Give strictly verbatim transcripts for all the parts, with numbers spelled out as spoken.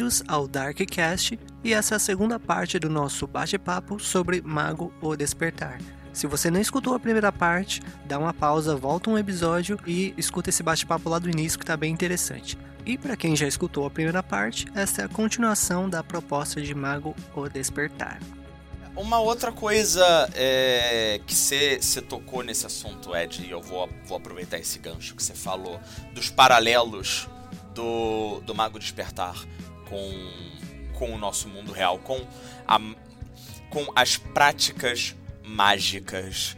Bem-vindos ao Darkcast, e essa é a segunda parte do nosso bate-papo sobre Mago o Despertar. Se você não escutou a primeira parte, dá uma pausa, volta um episódio e escuta esse bate-papo lá do início que tá bem interessante. E para quem já escutou a primeira parte, essa é a continuação da proposta de Mago o Despertar. Uma outra coisa é, que você tocou nesse assunto, Ed, e eu vou, vou aproveitar esse gancho que você falou, dos paralelos do, do Mago Despertar com, com o nosso mundo real, com, a, com as práticas mágicas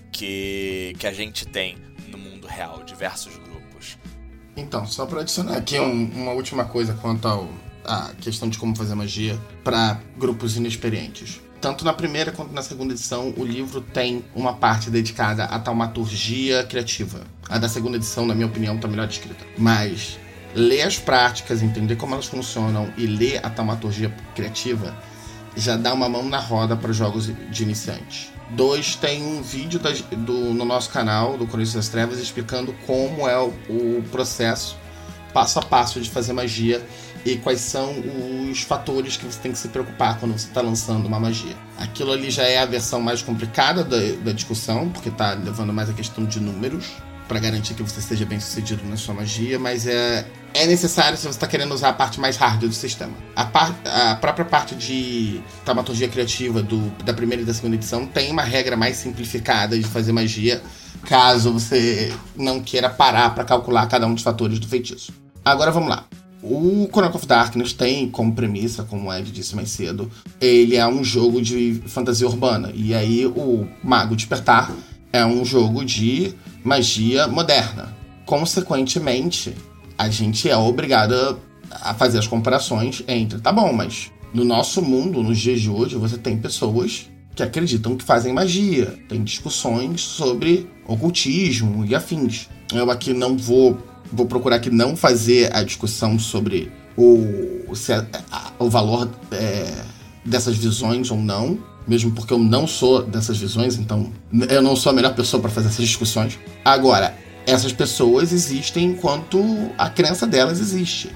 que, que a gente tem no mundo real, diversos grupos. Então, só para adicionar aqui um, uma última coisa quanto ao, à questão de como fazer magia para grupos inexperientes. Tanto na primeira quanto na segunda edição, o livro tem uma parte dedicada à taumaturgia criativa. A da segunda edição, na minha opinião, está melhor descrita. Mas ler as práticas, entender como elas funcionam e ler a taumaturgia criativa já dá uma mão na roda para jogos de iniciantes. Dois, tem um vídeo das, do, no nosso canal, do Crônicas das Trevas, explicando como é o, o processo, passo a passo de fazer magia e quais são os fatores que você tem que se preocupar quando você está lançando uma magia. Aquilo ali já é a versão mais complicada da, da discussão, porque está levando mais a questão de números, para garantir que você seja bem sucedido na sua magia, mas é, é necessário se você está querendo usar a parte mais hard do sistema. A, par, a própria parte de taumaturgia criativa do, da primeira e da segunda edição tem uma regra mais simplificada de fazer magia, caso você não queira parar para calcular cada um dos fatores do feitiço. Agora vamos lá. O Chronicle of Darkness tem como premissa, como o Ed disse mais cedo, ele é um jogo de fantasia urbana. E aí o Mago Despertar é um jogo de magia moderna. Consequentemente, a gente é obrigado a fazer as comparações entre... Tá bom, mas no nosso mundo, nos dias de hoje, você tem pessoas que acreditam que fazem magia. Tem discussões sobre ocultismo e afins. Eu aqui não vou... Vou procurar aqui não fazer a discussão sobre o, se a, a, o valor é, dessas visões ou não, mesmo porque eu não sou dessas visões, então eu não sou a melhor pessoa para fazer essas discussões. Agora, essas pessoas existem enquanto a crença delas existe.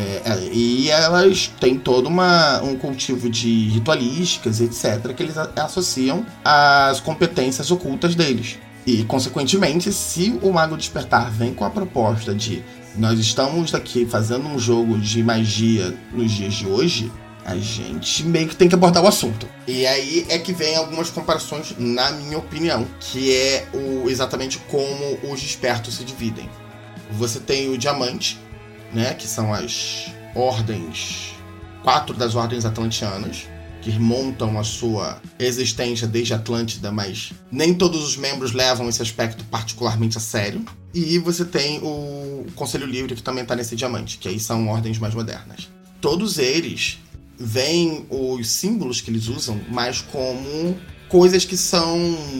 É, e elas têm todo uma, um cultivo de ritualísticas, etcétera, que eles associam às competências ocultas deles. E, consequentemente, se o Mago Despertar vem com a proposta de nós estamos aqui fazendo um jogo de magia nos dias de hoje, a gente meio que tem que abordar o assunto. E aí é que vem algumas comparações, na minha opinião, que é o, exatamente como os despertos se dividem. Você tem o Diamante, né, que são as ordens, quatro das ordens atlantianas, que montam a sua existência desde Atlântida, mas nem todos os membros levam esse aspecto particularmente a sério. E você tem o Conselho Livre, que também está nesse Diamante, que aí são ordens mais modernas. Todos eles veem os símbolos que eles usam mais como coisas que são...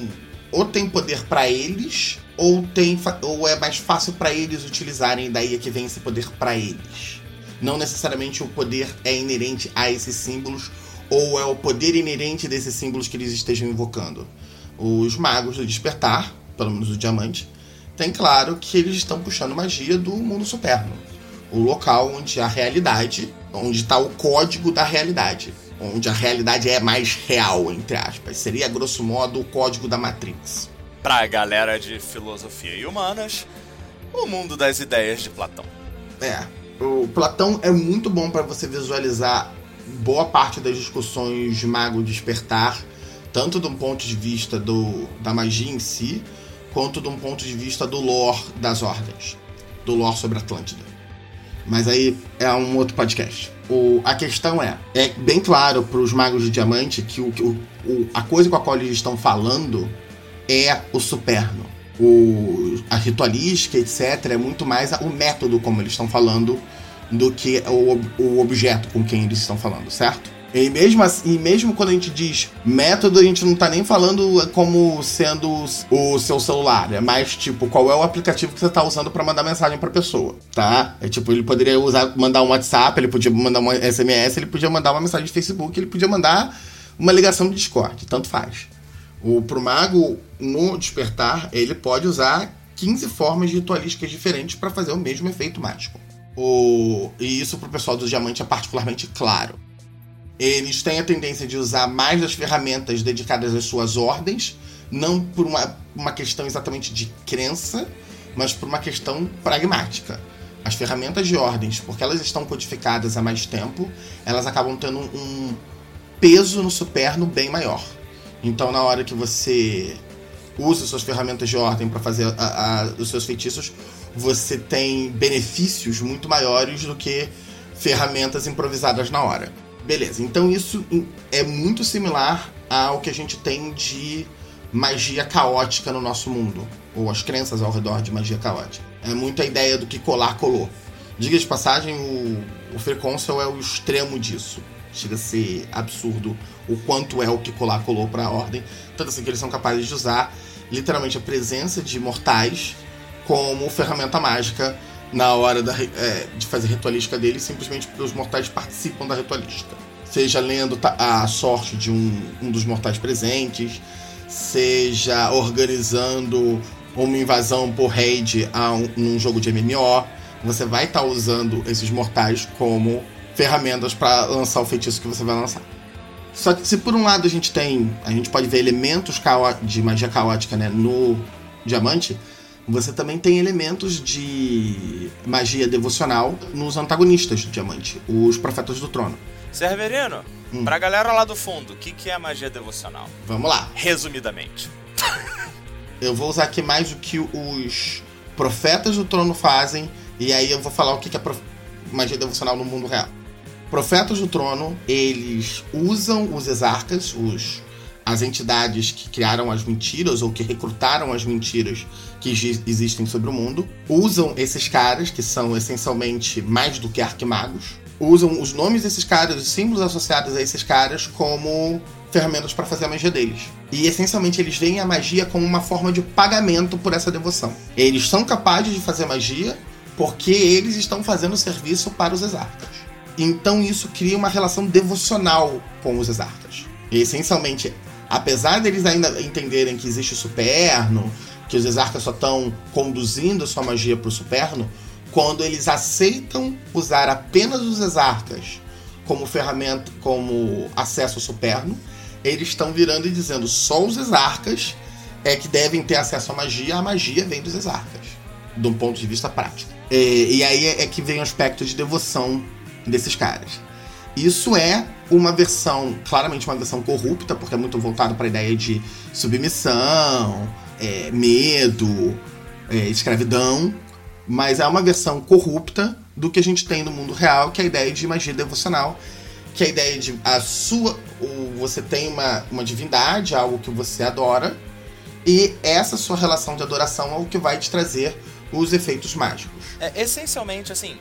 ou tem poder para eles, ou, tem, ou é mais fácil para eles utilizarem, daí é que vem esse poder para eles. Não necessariamente o poder é inerente a esses símbolos, ou é o poder inerente desses símbolos que eles estejam invocando. Os magos do Despertar, pelo menos o Diamante, tem claro que eles estão puxando magia do mundo superno. O local onde a realidade, onde está o código da realidade. Onde a realidade é mais real, entre aspas. Seria, grosso modo, o código da Matrix. Pra galera de filosofia e humanas, o mundo das ideias de Platão. É, o Platão é muito bom para você visualizar boa parte das discussões de Mago Despertar, tanto de um ponto de vista do, da magia em si, quanto de um ponto de vista do lore das ordens, do lore sobre Atlântida. Mas aí é um outro podcast. O, a questão é, é bem claro para os magos de diamante que o, o, o, a coisa com a qual eles estão falando é o superno. O, a ritualística, etcétera, é muito mais o método como eles estão falando do que o, o objeto com quem eles estão falando, certo? E mesmo, assim, e mesmo quando a gente diz método, a gente não tá nem falando como sendo o seu celular. É mais tipo, qual é o aplicativo que você tá usando pra mandar mensagem pra pessoa, tá? É tipo, ele poderia usar, mandar um WhatsApp, ele podia mandar uma S M S, ele podia mandar uma mensagem de Facebook, ele podia mandar uma ligação de Discord, tanto faz. O, pro mago, no Despertar, ele pode usar quinze formas ritualísticas diferentes pra fazer o mesmo efeito mágico. O... E isso pro pessoal do diamante é particularmente claro. Eles têm a tendência de usar mais as ferramentas dedicadas às suas ordens, não por uma, uma questão exatamente de crença, mas por uma questão pragmática. As ferramentas de ordens, porque elas estão codificadas há mais tempo, elas acabam tendo um peso no superno bem maior. Então, na hora que você usa suas ferramentas de ordem para fazer a, a, os seus feitiços, você tem benefícios muito maiores do que ferramentas improvisadas na hora. Beleza, então isso é muito similar ao que a gente tem de magia caótica no nosso mundo, ou as crenças ao redor de magia caótica. É muito a ideia do que colar colou. Diga de passagem, o, o Free Council é o extremo disso. Chega a ser absurdo o quanto é o que colar colou para a ordem. Tanto assim que eles são capazes de usar literalmente a presença de mortais como ferramenta mágica na hora da, é, de fazer a ritualística deles, simplesmente porque os mortais participam da ritualística. Seja lendo a sorte de um, um dos mortais presentes, seja organizando uma invasão por raid a um, num jogo de M M O, você vai estar tá usando esses mortais como ferramentas para lançar o feitiço que você vai lançar. Só que se por um lado a gente tem, a gente pode ver elementos de magia caótica, né, no diamante, você também tem elementos de magia devocional nos antagonistas do diamante, os profetas do trono. Severino, hum. pra galera lá do fundo, o que, que é magia devocional? Vamos lá. Resumidamente. Eu vou usar aqui mais o que os profetas do trono fazem, e aí eu vou falar o que é prof... magia devocional no mundo real. Profetas do trono, eles usam os exarcas, os, as entidades que criaram as mentiras ou que recrutaram as mentiras que existem sobre o mundo, usam esses caras, que são essencialmente mais do que arquimagos, usam os nomes desses caras, os símbolos associados a esses caras como ferramentas para fazer a magia deles. E essencialmente eles veem a magia como uma forma de pagamento por essa devoção. Eles são capazes de fazer magia porque eles estão fazendo serviço para os exarcas. Então isso cria uma relação devocional com os exarcas. E essencialmente, apesar deles ainda entenderem que existe o superno, que os exarcas só estão conduzindo a sua magia para o superno, quando eles aceitam usar apenas os exarcas como ferramenta, como acesso ao superno, eles estão virando e dizendo só os exarcas é que devem ter acesso à magia, a magia vem dos exarcas, de um ponto de vista prático. E, e aí é que vem o aspecto de devoção desses caras. Isso é uma versão, claramente uma versão corrupta, porque é muito voltado para a ideia de submissão, é, medo, é, escravidão, mas é uma versão corrupta do que a gente tem no mundo real, que é a ideia de magia devocional, que é a ideia de a sua, o, você tem uma, uma divindade, algo que você adora, e essa sua relação de adoração é o que vai te trazer os efeitos mágicos. É, essencialmente, assim,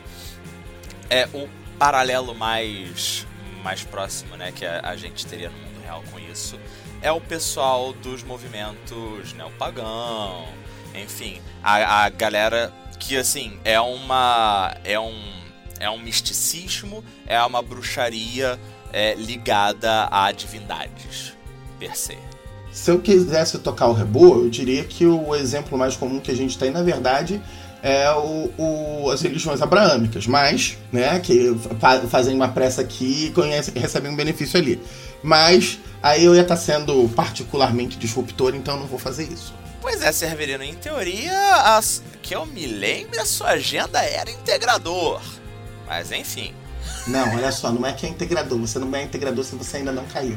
é o paralelo mais, mais próximo, né, que a, a gente teria no mundo real com isso, é o pessoal dos movimentos neopagão, enfim, a, a galera que, assim, é uma é um, é um misticismo, é uma bruxaria é, ligada a divindades, per se. Se eu quisesse tocar o rebô, eu diria que o exemplo mais comum que a gente tem, na verdade, é o, o, as religiões abraâmicas, mas, né, que fa- fazem uma pressa aqui e conhecem, recebem um benefício ali. Mas aí eu ia estar sendo particularmente disruptor, então eu não vou fazer isso. Pois é, Severino, em teoria, as, que eu me lembre, a sua agenda era integrador. Mas enfim. Não, olha só, não é que é integrador. Você não é integrador se você ainda não caiu.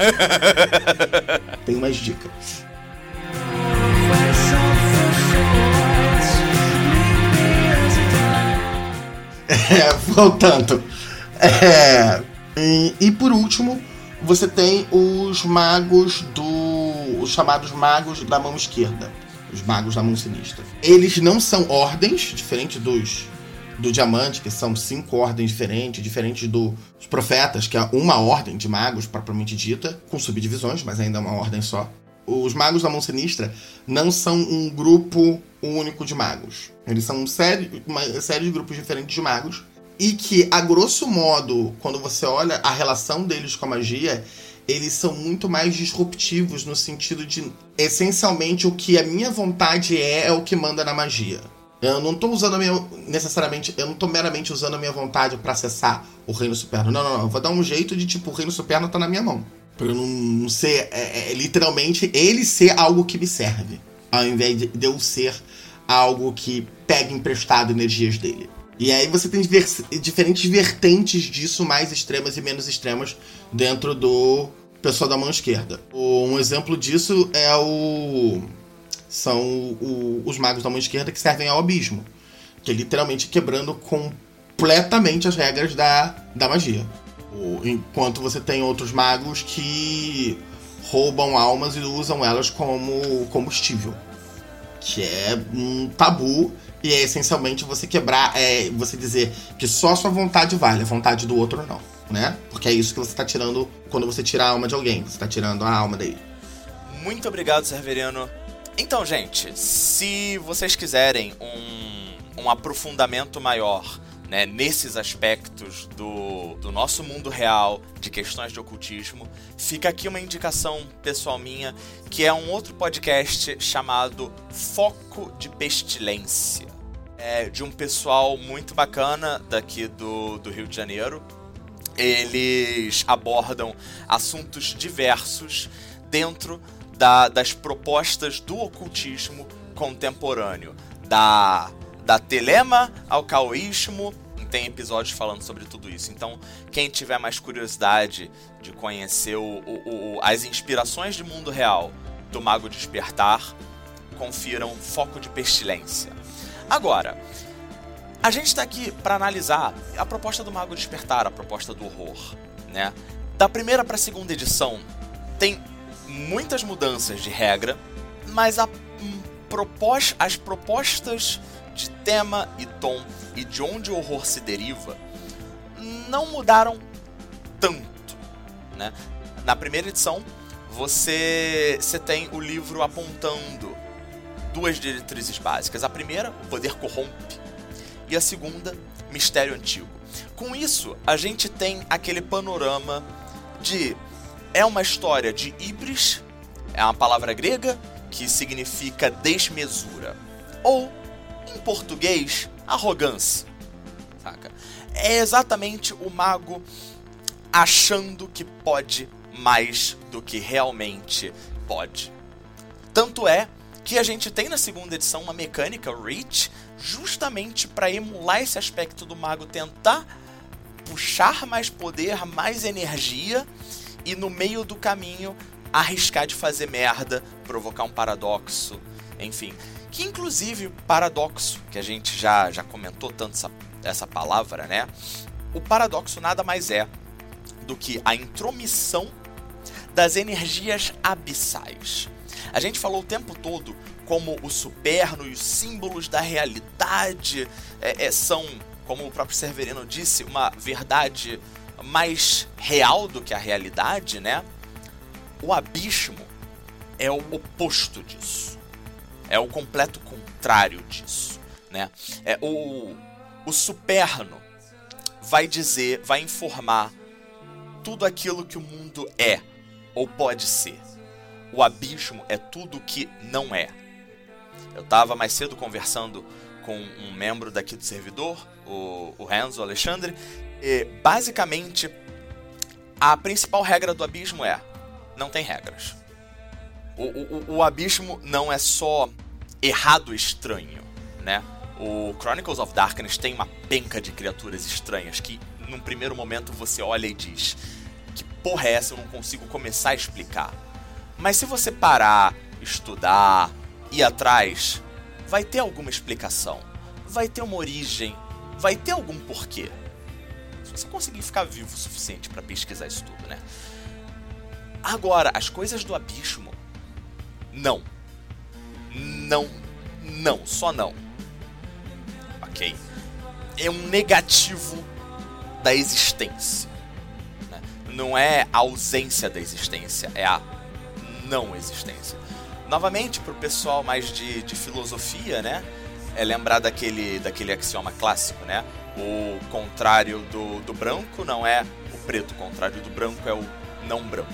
Tem umas dicas. É, voltando. É, e, e por último, você tem os magos do... os chamados magos da mão esquerda. Os magos da mão sinistra. Eles não são ordens, diferente dos... do diamante, que são cinco ordens diferentes, diferentes dos profetas, que é uma ordem de magos, propriamente dita, com subdivisões, mas ainda é uma ordem só. Os magos da mão sinistra não são um grupo único de magos. Eles são um série, uma série de grupos diferentes de magos, e que, a grosso modo, quando você olha a relação deles com a magia, eles são muito mais disruptivos no sentido de, essencialmente, o que a minha vontade é, é o que manda na magia. Eu não tô usando a minha, necessariamente, eu não tô meramente usando a minha vontade pra acessar o Reino Superno. Não, não, não. Eu vou dar um jeito de, tipo, o Reino Superno tá na minha mão. Pra eu não, não ser, é, é, literalmente, ele ser algo que me serve. Ao invés de, de eu ser algo que pega emprestado energias dele. E aí você tem vers- diferentes vertentes disso, mais extremas e menos extremas, dentro do pessoal da mão esquerda. Um exemplo disso é o... São o, os magos da mão esquerda que servem ao abismo. Que é literalmente quebrando completamente as regras da, da magia. O, enquanto você tem outros magos que roubam almas e usam elas como combustível. Que é um tabu e é essencialmente você quebrar, é, você dizer que só a sua vontade vale, a vontade do outro não, né? Porque é isso que você tá tirando quando você tira a alma de alguém, você tá tirando a alma dele. Muito obrigado, Severiano. Então, gente, se vocês quiserem um, um aprofundamento maior, né, nesses aspectos do, do nosso mundo real, de questões de ocultismo, fica aqui uma indicação pessoal minha, que é um outro podcast chamado Foco de Pestilência. É de um pessoal muito bacana daqui do, do Rio de Janeiro. Eles abordam assuntos diversos dentro da, das propostas do ocultismo contemporâneo, da... da telema ao caoísmo, tem episódios falando sobre tudo isso. Então, quem tiver mais curiosidade de conhecer o, o, o, as inspirações de mundo real do Mago Despertar, confiram Foco de Pestilência. Agora, a gente está aqui para analisar a proposta do Mago Despertar, a proposta do horror, né? Da primeira para a segunda edição, tem muitas mudanças de regra, mas a, propos, as propostas de tema e tom e de onde o horror se deriva não mudaram tanto, né? Na primeira edição você, você tem o livro apontando duas diretrizes básicas. A primeira, o poder corrompe, e a segunda, mistério antigo. Com isso, a gente tem aquele panorama de... é uma história de híbris, é uma palavra grega que significa desmesura, ou em português, arrogância, saca? É exatamente o mago achando que pode mais do que realmente pode. Tanto é que a gente tem na segunda edição uma mecânica, Reach, justamente para emular esse aspecto do mago tentar puxar mais poder, mais energia e no meio do caminho arriscar de fazer merda, provocar um paradoxo, enfim... Que inclusive, paradoxo, que a gente já, já comentou tanto essa, essa palavra, né? O paradoxo nada mais é do que a intromissão das energias abissais. A gente falou o tempo todo como o superno e os símbolos da realidade é, é, são, como o próprio Severiano disse, uma verdade mais real do que a realidade, né? O abismo é o oposto disso. É o completo contrário disso, né? É, o, o superno vai dizer, vai informar tudo aquilo que o mundo é ou pode ser. O abismo é tudo que não é. Eu estava mais cedo conversando com um membro daqui do servidor, o, o Renzo, o Alexandre, e basicamente a principal regra do abismo é: não tem regras. O, o, o abismo não é só errado e estranho, né? O Chronicles of Darkness tem uma penca de criaturas estranhas que, num primeiro momento, você olha e diz: que porra é essa? Eu não consigo começar a explicar. Mas se você parar, estudar, ir atrás, vai ter alguma explicação. Vai ter uma origem. Vai ter algum porquê. Se você conseguir ficar vivo o suficiente para pesquisar isso tudo, né? Agora, as coisas do abismo... Não. Não. Não. Só não. Ok? É um negativo da existência. Né? Não é a ausência da existência. É a não existência. Novamente, para o pessoal mais de, de filosofia, né? É lembrar daquele, daquele axioma clássico, né? O contrário do, do branco não é o preto. O contrário do branco é o não branco.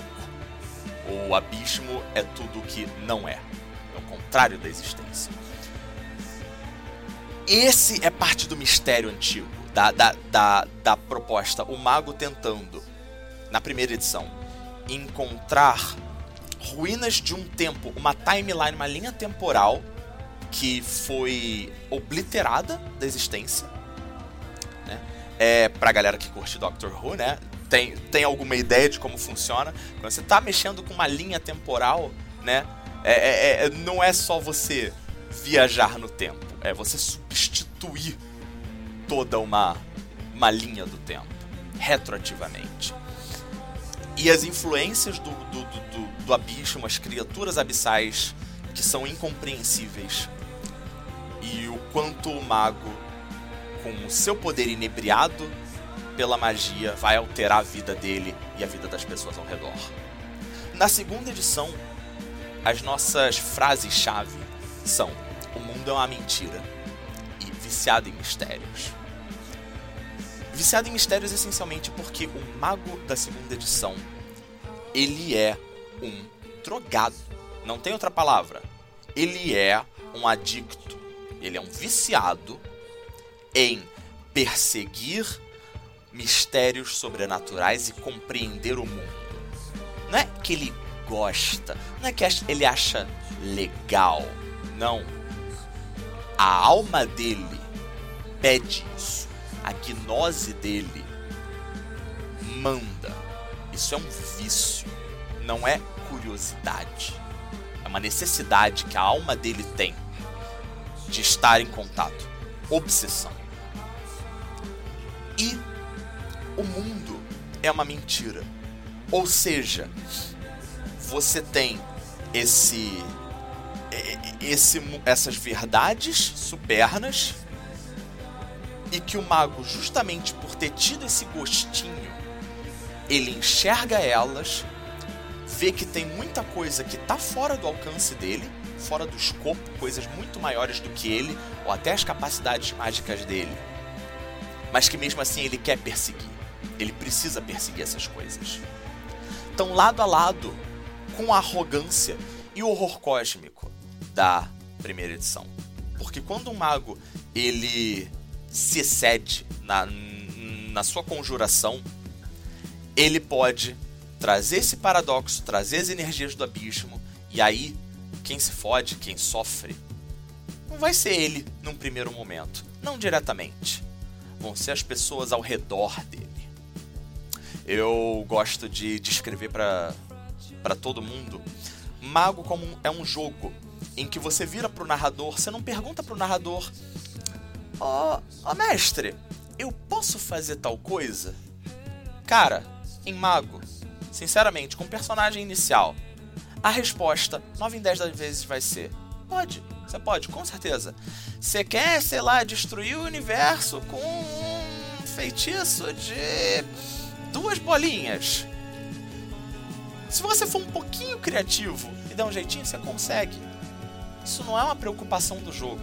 O abismo é tudo o que não é. É o contrário da existência. esse é parte do mistério antigo, da, da, da, da proposta. O mago tentando, na primeira edição, encontrar ruínas de um tempo, uma timeline, uma linha temporal que foi obliterada da existência, né? É, pra galera que curte Doctor Who, né? Tem, tem alguma ideia de como funciona? Quando você tá mexendo com uma linha temporal, né? É, é, é, não é só você viajar no tempo, é você substituir toda uma, uma linha do tempo, retroativamente. E as influências do, do, do, do, do abismo, as criaturas abissais que são incompreensíveis, e o quanto o mago, com o seu poder inebriado pela magia, vai alterar a vida dele e a vida das pessoas ao redor. Na segunda edição, as nossas frases-chave são: o mundo é uma mentira e viciado em mistérios. Viciado em mistérios essencialmente porque o mago da segunda edição, ele é um drogado. Não tem outra palavra. Ele é um adicto. Ele é um viciado em perseguir mistérios sobrenaturais e compreender o mundo. Não é que ele gosta, não é que ele acha legal. Não. A alma dele pede isso. A gnose dele manda. Isso é um vício. Não é curiosidade. É uma necessidade que a alma dele tem de estar em contato. Obsessão. E o mundo é uma mentira. Ou seja, você tem esse, esse, essas verdades supernas, e que o mago, justamente por ter tido esse gostinho, ele enxerga elas, vê que tem muita coisa que está fora do alcance dele, fora do escopo, coisas muito maiores do que ele, ou até as capacidades mágicas dele, mas que mesmo assim ele quer perseguir. Ele precisa perseguir essas coisas. Então, lado a lado com a arrogância e o horror cósmico da primeira edição. Porque quando um mago ele se excede na, na sua conjuração, ele pode trazer esse paradoxo, trazer as energias do abismo, e aí quem se fode, quem sofre, não vai ser ele num primeiro momento, não diretamente. Vão ser as pessoas ao redor dele. Eu gosto de descrever para para todo mundo Mago como um, é um jogo em que você vira pro narrador, você não pergunta pro narrador: ó, oh, oh, mestre, eu posso fazer tal coisa? Cara, em Mago, sinceramente, com o personagem inicial, a resposta nove em dez das vezes vai ser: pode, você pode, com certeza. Você quer, sei lá, destruir o universo com um feitiço de duas bolinhas. Se você for um pouquinho criativo e der um jeitinho, você consegue. Isso não é uma preocupação do jogo.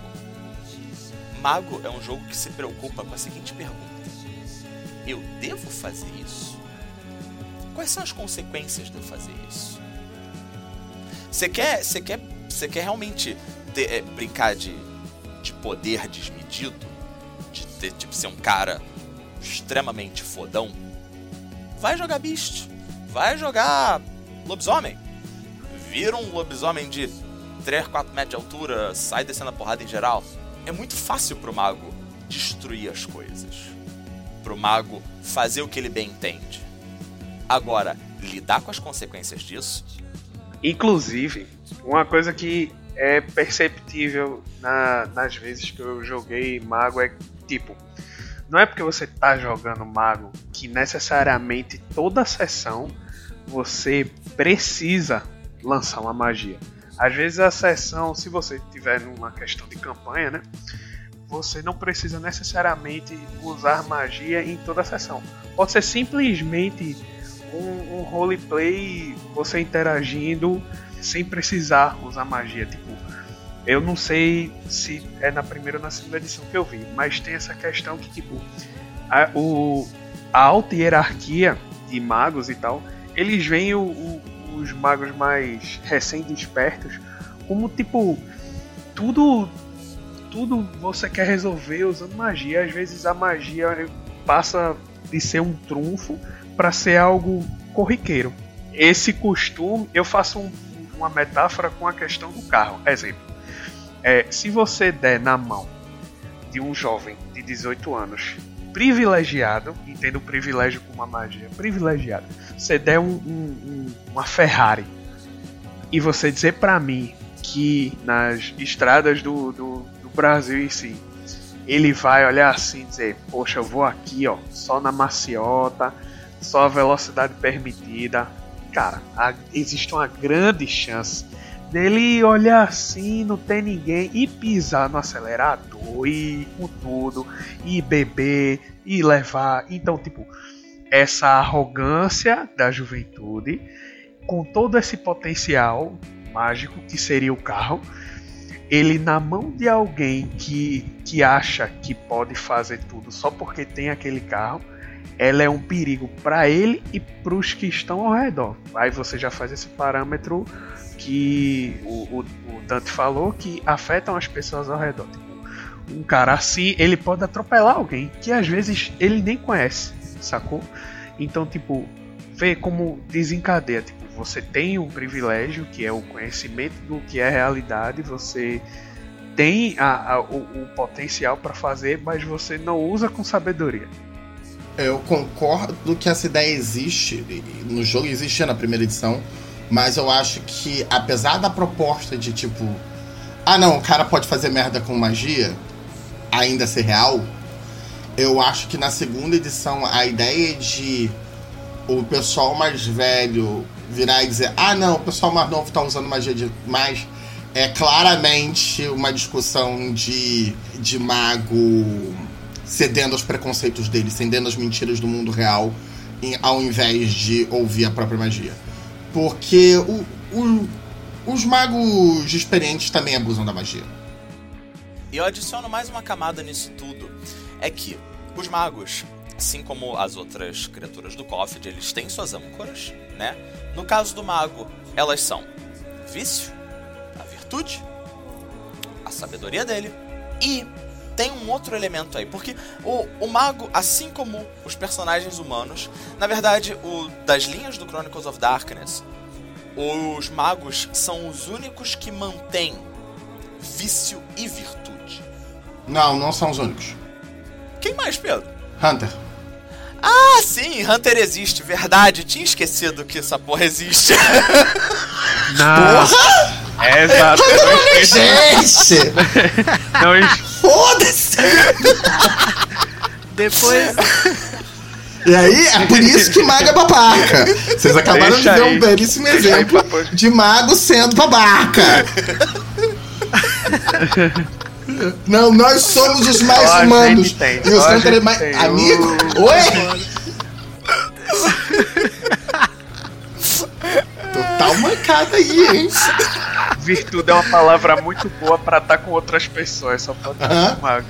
Mago é um jogo que se preocupa com a seguinte pergunta: eu devo fazer isso? Quais são as consequências de eu fazer isso? Você quer, você quer, você quer realmente ter, é, brincar de, de poder desmedido? De ter, tipo, ser um cara extremamente fodão? Vai jogar Beast. Vai jogar lobisomem. Vira um lobisomem de três, quatro metros de altura, sai descendo a porrada em geral. É muito fácil pro mago destruir as coisas. Pro mago fazer o que ele bem entende. Agora, lidar com as consequências disso... Inclusive, uma coisa que é perceptível na, nas vezes que eu joguei mago é tipo... Não é porque você tá jogando mago que necessariamente toda sessão você precisa lançar uma magia. Às vezes a sessão, se você tiver numa questão de campanha, né, você não precisa necessariamente usar magia em toda a sessão. Pode ser simplesmente um, um roleplay, você interagindo sem precisar usar magia. Tipo, eu não sei se é na primeira ou na segunda edição que eu vi, mas tem essa questão que tipo a, o, a alta hierarquia de magos e tal, eles veem o, o, os magos mais recém-despertos como tipo tudo tudo você quer resolver usando magia. Às vezes a magia passa de ser um trunfo para ser algo corriqueiro. Esse costume, eu faço um, uma metáfora com a questão do carro. Exemplo, é, se você der na mão de um jovem de dezoito anos, privilegiado, entendo o privilégio como uma magia, privilegiado, você der um, um, um, uma Ferrari e você dizer pra mim que nas estradas do, do, do Brasil em si, ele vai olhar assim e dizer, poxa, eu vou aqui, ó, só na maciota, só a velocidade permitida. Cara, há, existe uma grande chance dele olhar assim, não tem ninguém, e pisar no acelerador, e com tudo, e beber, e levar. Então, tipo, essa arrogância da juventude, com todo esse potencial mágico que seria o carro, ele na mão de alguém que, que acha que pode fazer tudo só porque tem aquele carro, ela é um perigo para ele e para os que estão ao redor. Aí você já faz esse parâmetro que o, o, o Dante falou, que afetam as pessoas ao redor. Tipo, um cara assim, ele pode atropelar alguém que às vezes ele nem conhece, sacou? Então, tipo, vê como desencadeia. Tipo, você tem um privilégio, que é o conhecimento do que é realidade, você tem a, a, o, o potencial para fazer, mas você não usa com sabedoria. Eu concordo que essa ideia existe, no jogo existia na primeira edição, mas eu acho que, apesar da proposta de tipo, ah não, o cara pode fazer merda com magia, ainda ser real, eu acho que na segunda edição a ideia de o pessoal mais velho virar e dizer, ah não, o pessoal mais novo tá usando magia demais, é claramente uma discussão de, de mago cedendo aos preconceitos dele, cedendo às mentiras do mundo real, em, ao invés de ouvir a própria magia. Porque o, o, os magos experientes também abusam da magia. E eu adiciono mais uma camada nisso tudo. É que os magos, assim como as outras criaturas do Coffid, eles têm suas âncoras, né? No caso do mago, elas são o vício, a virtude, a sabedoria dele e tem um outro elemento aí, porque o, o mago, assim como os personagens humanos, na verdade, o das linhas do Chronicles of Darkness, os magos são os únicos que mantêm vício e virtude. Não, não são os únicos. Quem mais, Pedro? Hunter. Ah, sim, Hunter existe, verdade, tinha esquecido que essa porra existe. Não. Porra! É, exato. Gente! Não, foda-se! Depois... E aí, é por isso que mago é babaca. Vocês acabaram Deixa de ver aí. um belíssimo Deixa exemplo aí, de mago sendo babaca. Não, nós somos os mais Só a humanos. gente tem, E os só a Hunter é gente mais... tem. Amigo? Uh. Oi? Total mancada aí, hein? virtude é uma palavra muito boa pra estar com outras pessoas, só pode estar Aham. com mago.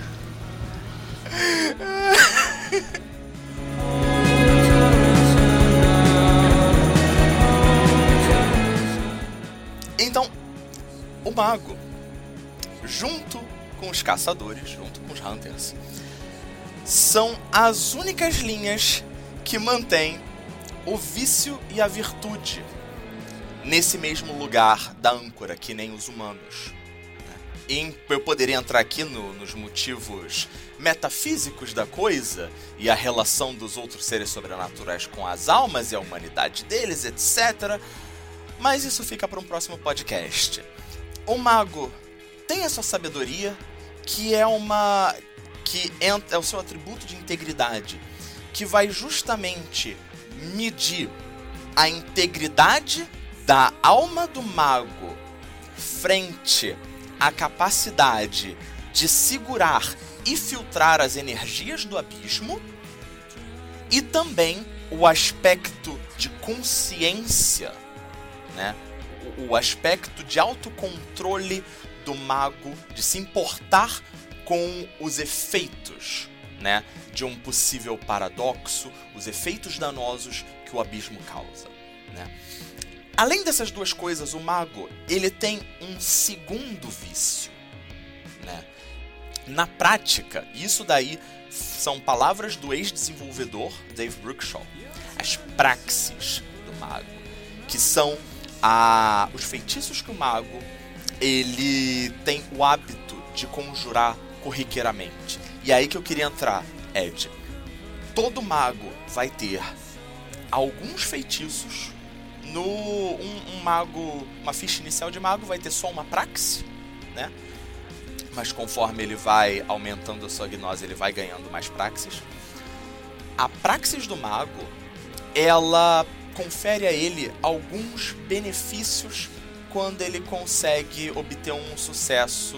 Então, o mago, junto com os caçadores, junto com os hunters, são as únicas linhas que mantêm o vício e a virtude nesse mesmo lugar da âncora, que nem os humanos. E eu poderia entrar aqui no, nos motivos metafísicos da coisa e a relação dos outros seres sobrenaturais com as almas e a humanidade deles, etcétera. Mas isso fica para um próximo podcast. O mago tem a sua sabedoria, que é uma que é o seu atributo de integridade, que vai justamente medir a integridade da alma do mago frente à capacidade de segurar e filtrar as energias do abismo, e também o aspecto de consciência, né? O, o aspecto de autocontrole do mago, de se importar com os efeitos, né, de um possível paradoxo, os efeitos danosos que o abismo causa, né? Além dessas duas coisas, o mago ele tem um segundo vício, né? Na prática, isso daí são palavras do ex-desenvolvedor Dave Bruckshall. As praxis do mago, que são a, os feitiços que o mago ele tem o hábito de conjurar corriqueiramente. E aí que eu queria entrar, Ed. Todo mago vai ter alguns feitiços. No um, um mago, uma ficha inicial de mago vai ter só uma praxe, né? Mas conforme ele vai aumentando a sua gnose, ele vai ganhando mais praxes. A praxis do mago, ela confere a ele alguns benefícios quando ele consegue obter um sucesso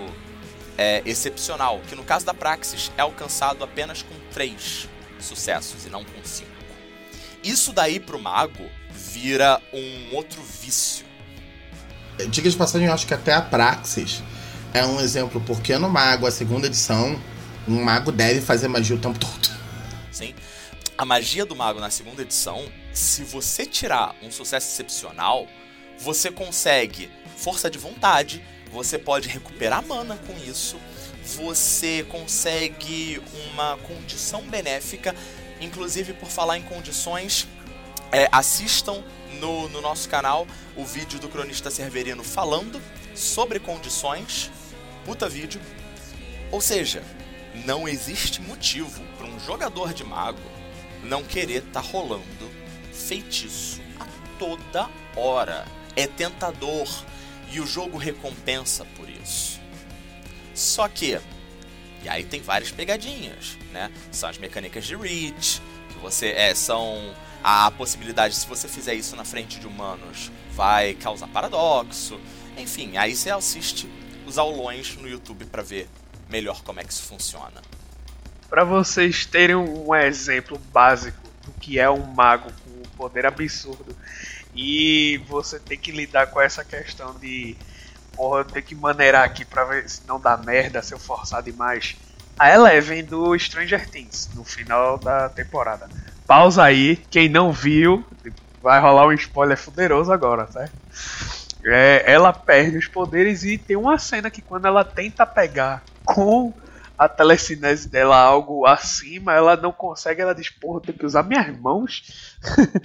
é, excepcional, que no caso da praxis é alcançado apenas com três sucessos e não com cinco. Isso daí pro mago vira um outro vício. Diga de passagem, eu acho que até a praxis é um exemplo, porque no mago, a segunda edição, um mago deve fazer magia o tempo todo. Sim. A magia do mago na segunda edição, se você tirar um sucesso excepcional, você consegue força de vontade, você pode recuperar mana com isso, você consegue uma condição benéfica. Inclusive, por falar em condições, é, assistam no, no nosso canal o vídeo do Cronista Severino falando sobre condições. Puta vídeo. Ou seja, não existe motivo para um jogador de mago não querer tá rolando feitiço a toda hora. É tentador e o jogo recompensa por isso. Só que, e aí tem várias pegadinhas, né? São as mecânicas de reach, que você é, são a possibilidade, se você fizer isso na frente de humanos, vai causar paradoxo. Enfim, aí você assiste os aulões no YouTube para ver melhor como é que isso funciona. Para vocês terem um exemplo básico do que é um mago com poder absurdo e você tem que lidar com essa questão de porra, eu tenho que maneirar aqui pra ver se não dá merda, se eu forçar demais. A Eleven do Stranger Things, no final da temporada. Pausa aí, quem não viu, vai rolar um spoiler fuderoso agora, certo? É, ela perde os poderes e tem uma cena que quando ela tenta pegar com a telecinese dela algo acima, ela não consegue, ela diz, porra, eu tenho que usar minhas mãos.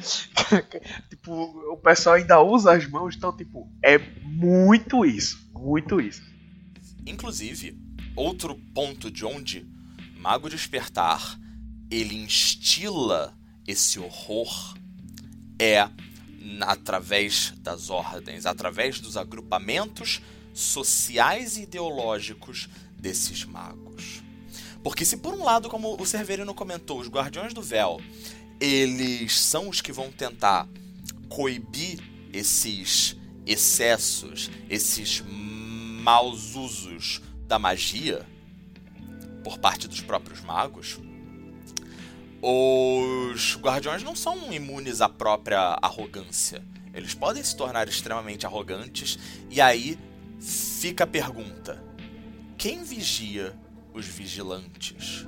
Tipo, o pessoal ainda usa as mãos, então, tipo, é muito isso, muito isso. Inclusive, outro ponto de onde Mago Despertar, ele instila esse horror é através das ordens, através dos agrupamentos sociais e ideológicos desses magos. Porque se por um lado, como o Severino comentou, os Guardiões do Véu, eles são os que vão tentar coibir esses excessos, esses maus usos da magia por parte dos próprios magos, os Guardiões não são imunes à própria arrogância. Eles podem se tornar extremamente arrogantes e aí fica a pergunta: quem vigia os vigilantes?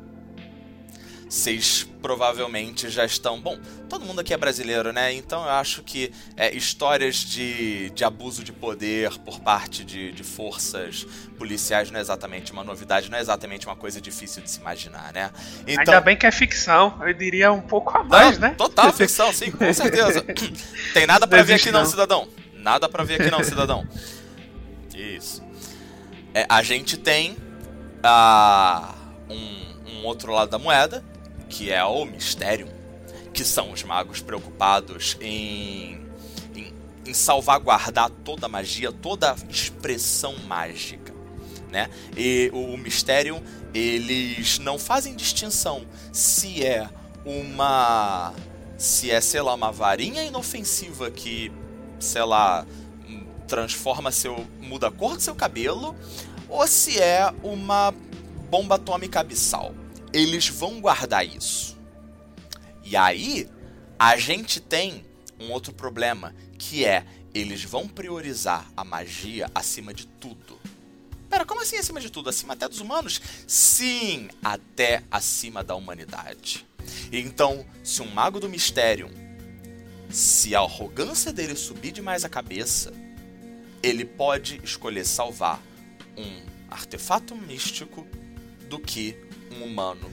Vocês provavelmente já estão... Bom, todo mundo aqui é brasileiro, né? Então eu acho que é, histórias de, de abuso de poder por parte de, de forças policiais não é exatamente uma novidade, não é exatamente uma coisa difícil de se imaginar, né? Então, ainda bem que é ficção, eu diria um pouco a mais, não, né? Total ficção, sim, com certeza. Tem nada pra ver aqui não, cidadão. Nada pra ver aqui não, cidadão. Isso. É, a gente tem uh, um, um outro lado da moeda, que é o Mysterium, que são os magos preocupados em, em, em salvaguardar toda a magia, toda a expressão mágica, né? E o Mysterium, eles não fazem distinção se é uma... se é, sei lá, uma varinha inofensiva que, sei lá, transforma seu... muda a cor do seu cabelo, ou se é uma bomba atômica abissal. Eles vão guardar isso. E aí, a gente tem um outro problema, que é, eles vão priorizar a magia acima de tudo. Pera, como assim acima de tudo? Acima até dos humanos? Sim, até acima da humanidade. Então, se um mago do Mysterium, se a arrogância dele subir demais a cabeça, ele pode escolher salvar um artefato místico do que um humano.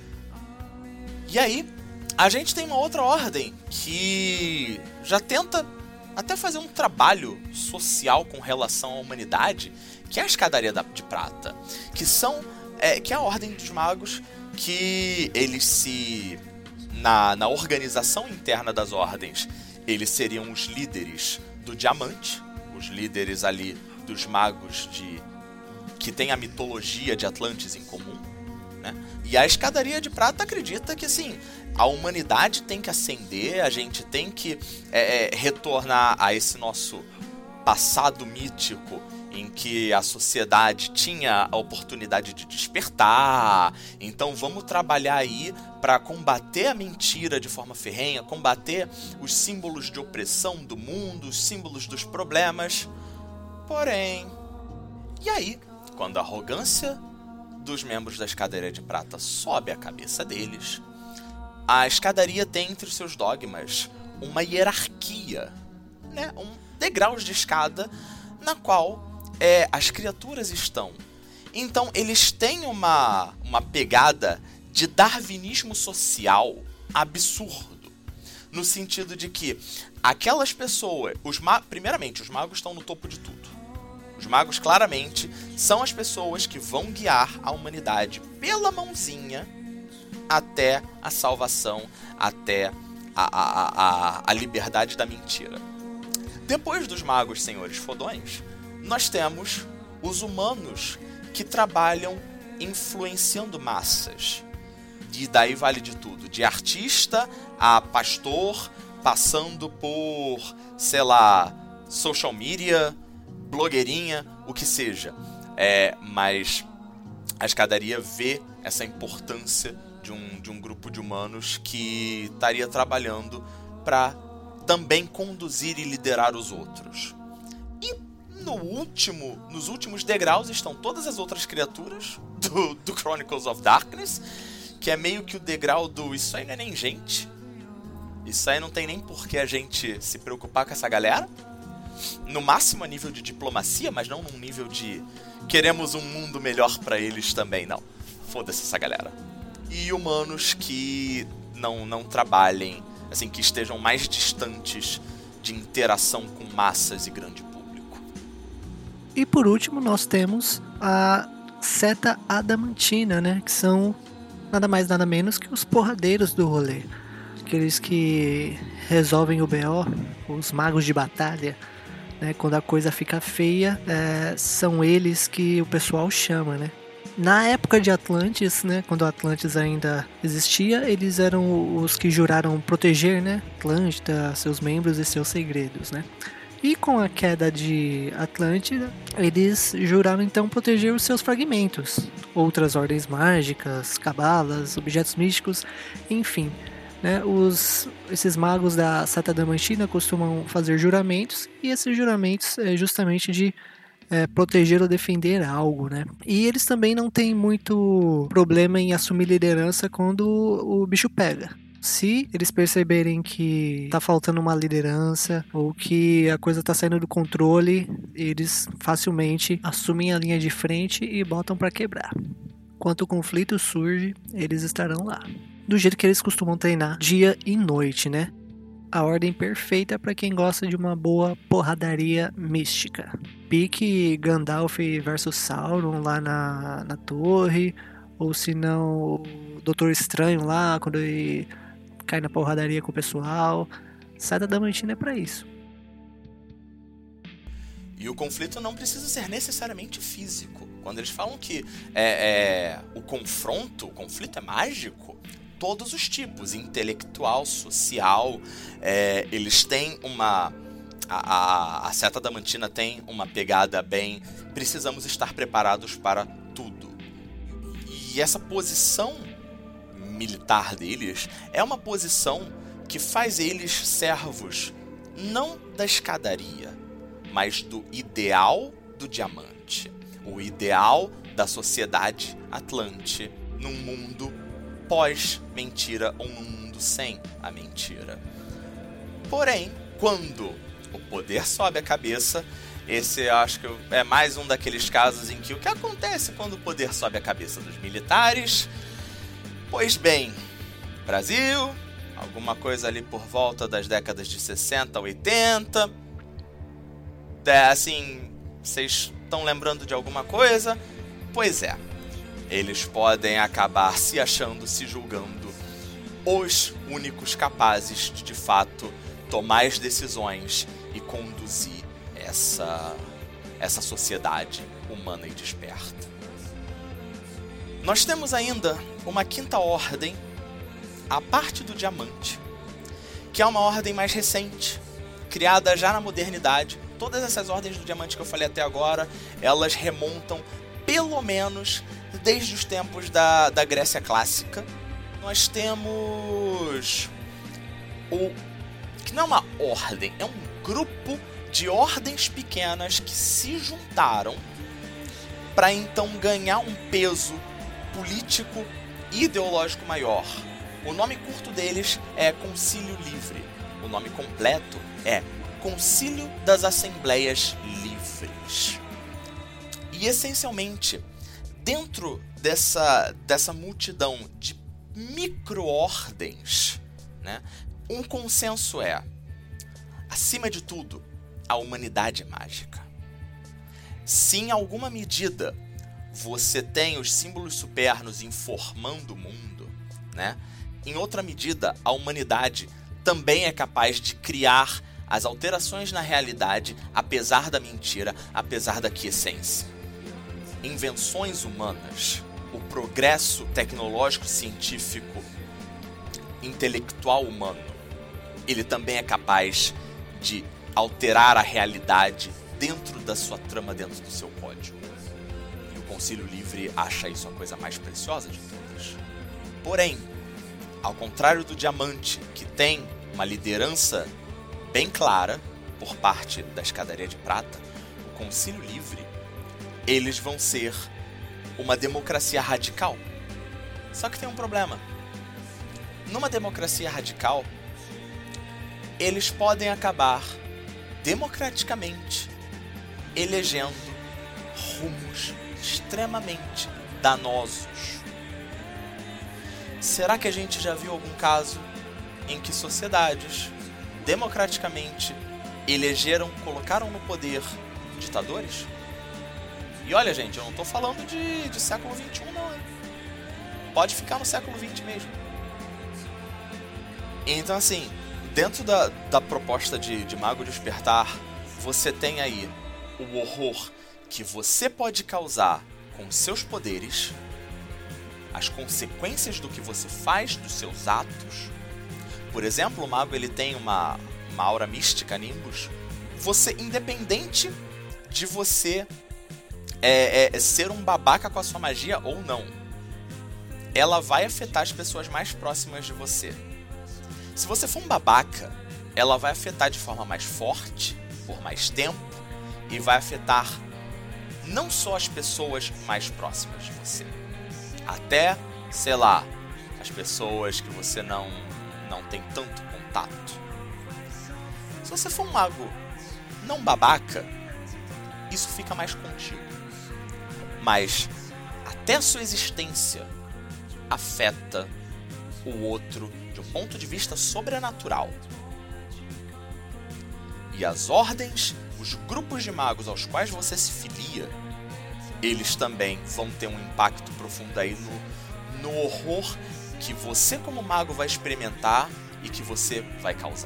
E aí, a gente tem uma outra ordem que já tenta até fazer um trabalho social com relação à humanidade, que é a Escadaria de Prata, que são é, que é a Ordem dos Magos, que eles se na, na organização interna das ordens, eles seriam os líderes do Diamante, os líderes ali dos magos de que tem a mitologia de Atlantis em comum, né? E a Escadaria de Prata acredita que, assim, a humanidade tem que ascender, a gente tem que é, é, retornar a esse nosso passado mítico em que a sociedade tinha a oportunidade de despertar. Então vamos trabalhar aí para combater a mentira de forma ferrenha, combater os símbolos de opressão do mundo, os símbolos dos problemas. Porém, e aí, quando a arrogância dos membros da Escadaria de Prata sobe a cabeça deles, a escadaria tem entre os seus dogmas uma hierarquia, né? Um degraus de escada na qual é, as criaturas estão. Então eles têm uma, uma pegada de darwinismo social absurdo, no sentido de que aquelas pessoas, os ma- primeiramente, os magos estão no topo de tudo. Os magos, claramente, são as pessoas que vão guiar a humanidade pela mãozinha até a salvação, até a, a, a, a liberdade da mentira. Depois dos magos senhores fodões, nós temos os humanos que trabalham influenciando massas. E daí vale de tudo, de artista a pastor, passando por, sei lá, social media, blogueirinha, o que seja. É, mas a escadaria vê essa importância de um, de um grupo de humanos que estaria trabalhando para também conduzir e liderar os outros. E no último, nos últimos degraus estão todas as outras criaturas do, do Chronicles of Darkness, que é meio que o degrau do isso aí não é nem gente, isso aí não tem nem por que a gente se preocupar com essa galera. No máximo a nível de diplomacia, mas não num nível de queremos um mundo melhor pra eles também, não. Foda-se essa galera. E humanos que não, não trabalhem, assim, que estejam mais distantes de interação com massas e grande público. E por último nós temos a Seta Adamantina, né? Que são nada mais nada menos que os porradeiros do rolê. Aqueles que resolvem o B O, os magos de batalha. Né, quando a coisa fica feia, é, são eles que o pessoal chama, né? Na época de Atlantis, né, quando Atlantis ainda existia, eles eram os que juraram proteger, né, Atlântida, seus membros e seus segredos, né? E com a queda de Atlântida, eles juraram então proteger os seus fragmentos, outras ordens mágicas, cabalas, objetos místicos, enfim. Né, os, esses magos da Seta Adamantina costumam fazer juramentos, e esses juramentos é justamente de é, proteger ou defender algo, né? E eles também não têm muito problema em assumir liderança quando o bicho pega. Se eles perceberem que tá faltando uma liderança ou que a coisa tá saindo do controle, eles facilmente assumem a linha de frente e botam para quebrar. Quando o conflito surge, eles estarão lá. Do jeito que eles costumam treinar dia e noite, né? A ordem perfeita para quem gosta de uma boa porradaria mística. Pique Gandalf versus Sauron lá na, na torre, ou se não o Doutor Estranho lá, quando ele cai na porradaria com o pessoal. Seta Adamantina é para isso. E o conflito não precisa ser necessariamente físico. Quando eles falam que é, é, o confronto, o conflito é mágico, todos os tipos, intelectual, social, é, eles têm uma... A, a, a Seta Adamantina tem uma pegada bem... Precisamos estar preparados para tudo. E essa posição militar deles é uma posição que faz eles servos não da escadaria, mas do ideal do diamante. O ideal da sociedade atlante num mundo pós-mentira ou num mundo sem a mentira. Porém, quando o poder sobe a cabeça, Esse eu acho que é mais um daqueles casos em que o que acontece quando o poder sobe a cabeça dos militares? Pois bem, Brasil, alguma coisa ali por volta das décadas de sessenta, oitenta. É, assim, vocês estão lembrando de alguma coisa? Pois é, eles podem acabar se achando, se julgando os únicos capazes de, de fato, tomar as decisões e conduzir essa, essa sociedade humana e desperta. Nós temos ainda uma quinta ordem, a parte do diamante, que é uma ordem mais recente, criada já na modernidade. Todas essas ordens do diamante que eu falei até agora, elas remontam pelo menos desde os tempos da, da Grécia Clássica. Nós temos o que não é uma ordem, é um grupo de ordens pequenas que se juntaram para então ganhar um peso político e ideológico maior. O nome curto deles é Concílio Livre. O nome completo é Concílio das Assembleias Livres. E essencialmente, dentro dessa, dessa multidão de micro-ordens, né, um consenso é, acima de tudo, a humanidade mágica. Se em alguma medida você tem os símbolos supernos informando o mundo, né, em outra medida a humanidade também é capaz de criar as alterações na realidade, apesar da mentira, apesar da quiescência. Invenções humanas, o progresso tecnológico, científico, intelectual humano, ele também é capaz de alterar a realidade dentro da sua trama, dentro do seu código. E o Concílio Livre acha isso a coisa mais preciosa de todas. Porém, ao contrário do Diamante, que tem uma liderança bem clara por parte da Escadaria de Prata, o Concílio Livre, eles vão ser uma democracia radical. Só que tem um problema. Numa democracia radical, eles podem acabar democraticamente elegendo rumos extremamente danosos. Será que a gente já viu algum caso em que sociedades democraticamente elegeram, colocaram no poder ditadores? E olha, gente, eu não estou falando de, de século vinte e um, não. Hein? Pode ficar no século vinte mesmo. Então, assim, dentro da, da proposta de, de Mago Despertar, você tem aí o horror que você pode causar com seus poderes, as consequências do que você faz, dos seus atos. Por exemplo, o mago ele tem uma, uma aura mística, Nimbus. Você, independente de você é, é, ser um babaca com a sua magia ou não, ela vai afetar as pessoas mais próximas de você. Se você for um babaca, ela vai afetar de forma mais forte, por mais tempo, e vai afetar não só as pessoas mais próximas de você, até, sei lá, as pessoas que você não, não tem tanto contato. Se você for um mago não babaca, isso fica mais contigo. Mas até a sua existência afeta o outro de um ponto de vista sobrenatural. E as ordens, os grupos de magos aos quais você se filia, eles também vão ter um impacto profundo aí no, no horror que você como mago vai experimentar e que você vai causar.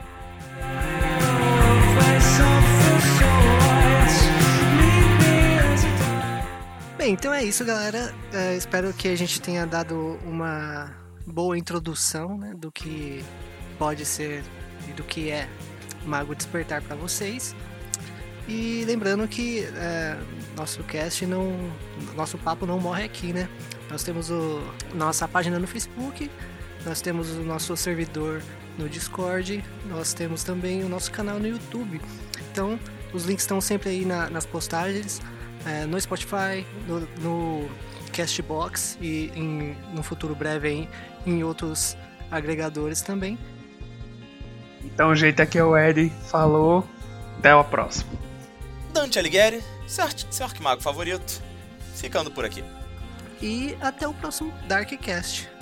Bem, então é isso, galera. Uh, espero que a gente tenha dado uma boa introdução, né, do que pode ser e do que é Mago Despertar para vocês. E lembrando que uh, nosso cast não, nosso papo não morre aqui, né? Nós temos o, nossa página no Facebook, nós temos o nosso servidor no Discord, nós temos também o nosso canal no YouTube. Então, os links estão sempre aí na, nas postagens. É, no Spotify, no, no Castbox e em, no futuro breve em, em outros agregadores também. Então o jeito aqui é o Ed, falou, até a próxima. Dante Alighieri, seu, arqu- seu arquimago favorito, ficando por aqui. E até o próximo Darkcast.